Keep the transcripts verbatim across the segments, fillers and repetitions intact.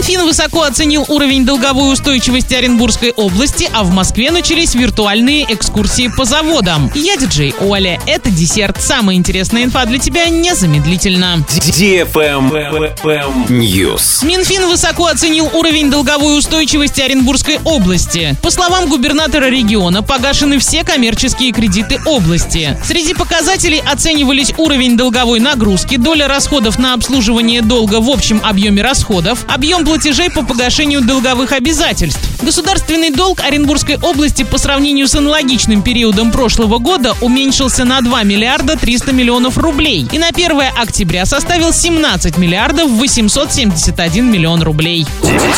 Минфин высоко оценил уровень долговой устойчивости Оренбургской области, а в Москве начались виртуальные экскурсии по заводам. Я диджей Оля. Это десерт. Самая интересная инфа для тебя незамедлительно. News. Минфин высоко оценил уровень долговой устойчивости Оренбургской области. По словам губернатора региона, погашены все коммерческие кредиты области. Среди показателей оценивались уровень долговой нагрузки, доля расходов на обслуживание долга в общем объеме расходов, объем платежей по погашению долговых обязательств. Государственный долг Оренбургской области по сравнению с аналогичным периодом прошлого года уменьшился на два миллиарда триста миллионов рублей и на первое октября составил семнадцать миллиардов восемьсот семьдесят один миллион рублей.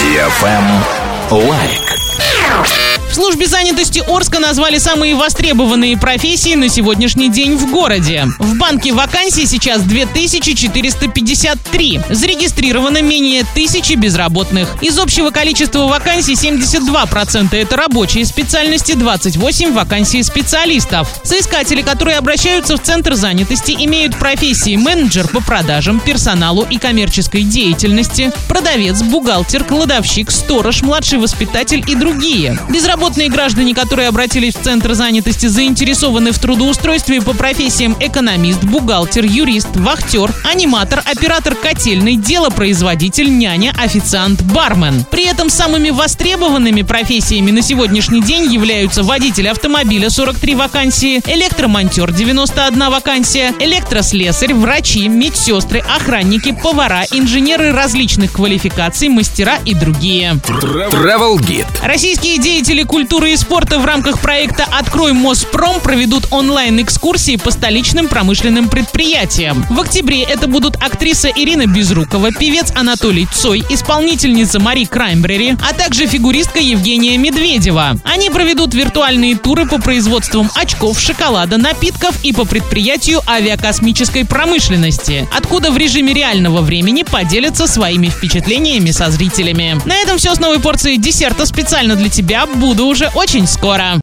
Лайк. В службе занятости Орска назвали самые востребованные профессии на сегодняшний день в городе. В банке вакансий сейчас две тысячи четыреста пятьдесят три. Зарегистрировано менее тысячи безработных. Из общего количества вакансий семьдесят два процента это рабочие специальности, двадцать восемь процентов вакансий специалистов. Соискатели, которые обращаются в центр занятости, имеют профессии менеджер по продажам, персоналу и коммерческой деятельности, продавец, бухгалтер, кладовщик, сторож, младший воспитатель и другие. Безработные граждане, которые обратились в центр занятости, заинтересованы в трудоустройстве по профессиям экономист, бухгалтер, юрист, вахтер, аниматор, оператор котельной, делопроизводитель, няня, официант, бармен. При этом самыми востребованными профессиями на сегодняшний день являются водитель автомобиля сорок три вакансии, электромонтер девяносто одна вакансия, электрослесарь, врачи, медсестры, охранники, повара, инженеры различных квалификаций, мастера и другие. Travel Guide. Российские деятели культуры и спорта в рамках проекта «Открой Моспром» проведут онлайн-экскурсии по столичным промышленным предприятиям. В октябре это будут актриса Ирина Безрукова, певец Анатолий Цой, исполнительница Мари Краймбрери, а также фигуристка Евгения Медведева. Они проведут виртуальные туры по производствам очков, шоколада, напитков и по предприятию авиакосмической промышленности, откуда в режиме реального времени поделятся своими впечатлениями со зрителями. На этом все с новой порцией десерта специально для тебя. Буду уже очень скоро.